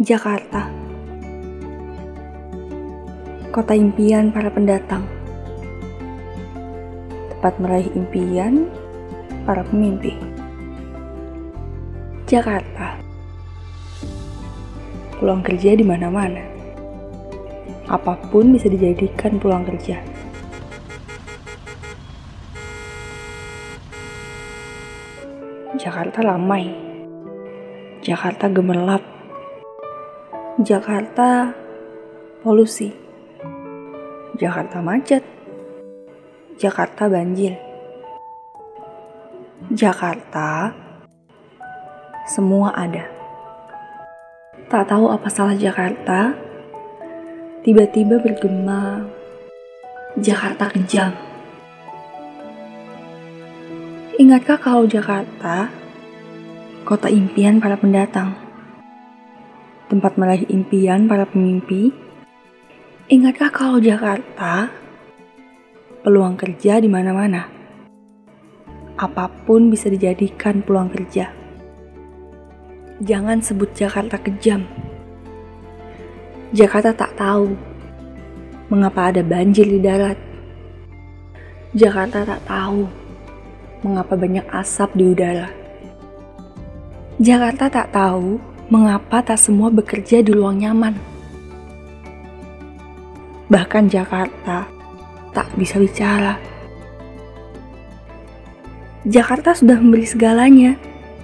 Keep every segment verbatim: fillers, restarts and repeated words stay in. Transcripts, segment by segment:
Jakarta, kota impian para pendatang, tempat meraih impian para pemimpi. Jakarta, peluang kerja di mana-mana. Apapun bisa dijadikan peluang kerja. Jakarta ramai, Jakarta gemerlap, Jakarta polusi, Jakarta macet, Jakarta banjir, Jakarta semua ada. Tak tahu apa salah Jakarta, tiba-tiba bergema, Jakarta kejam. Ingatkah kalau Jakarta, kota impian para pendatang, tempat meraih impian para pemimpi? Ingatkah kalau Jakarta, peluang kerja di mana-mana? Apapun bisa dijadikan peluang kerja. Jangan sebut Jakarta kejam. Jakarta tak tahu mengapa ada banjir di darat. Jakarta tak tahu mengapa banyak asap di udara. Jakarta tak tahu mengapa tak semua bekerja di ruang nyaman. Bahkan Jakarta tak bisa bicara. Jakarta sudah memberi segalanya.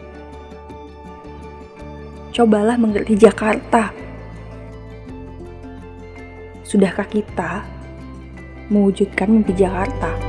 Cobalah mengerti Jakarta. Sudahkah kita mewujudkan mimpi Jakarta?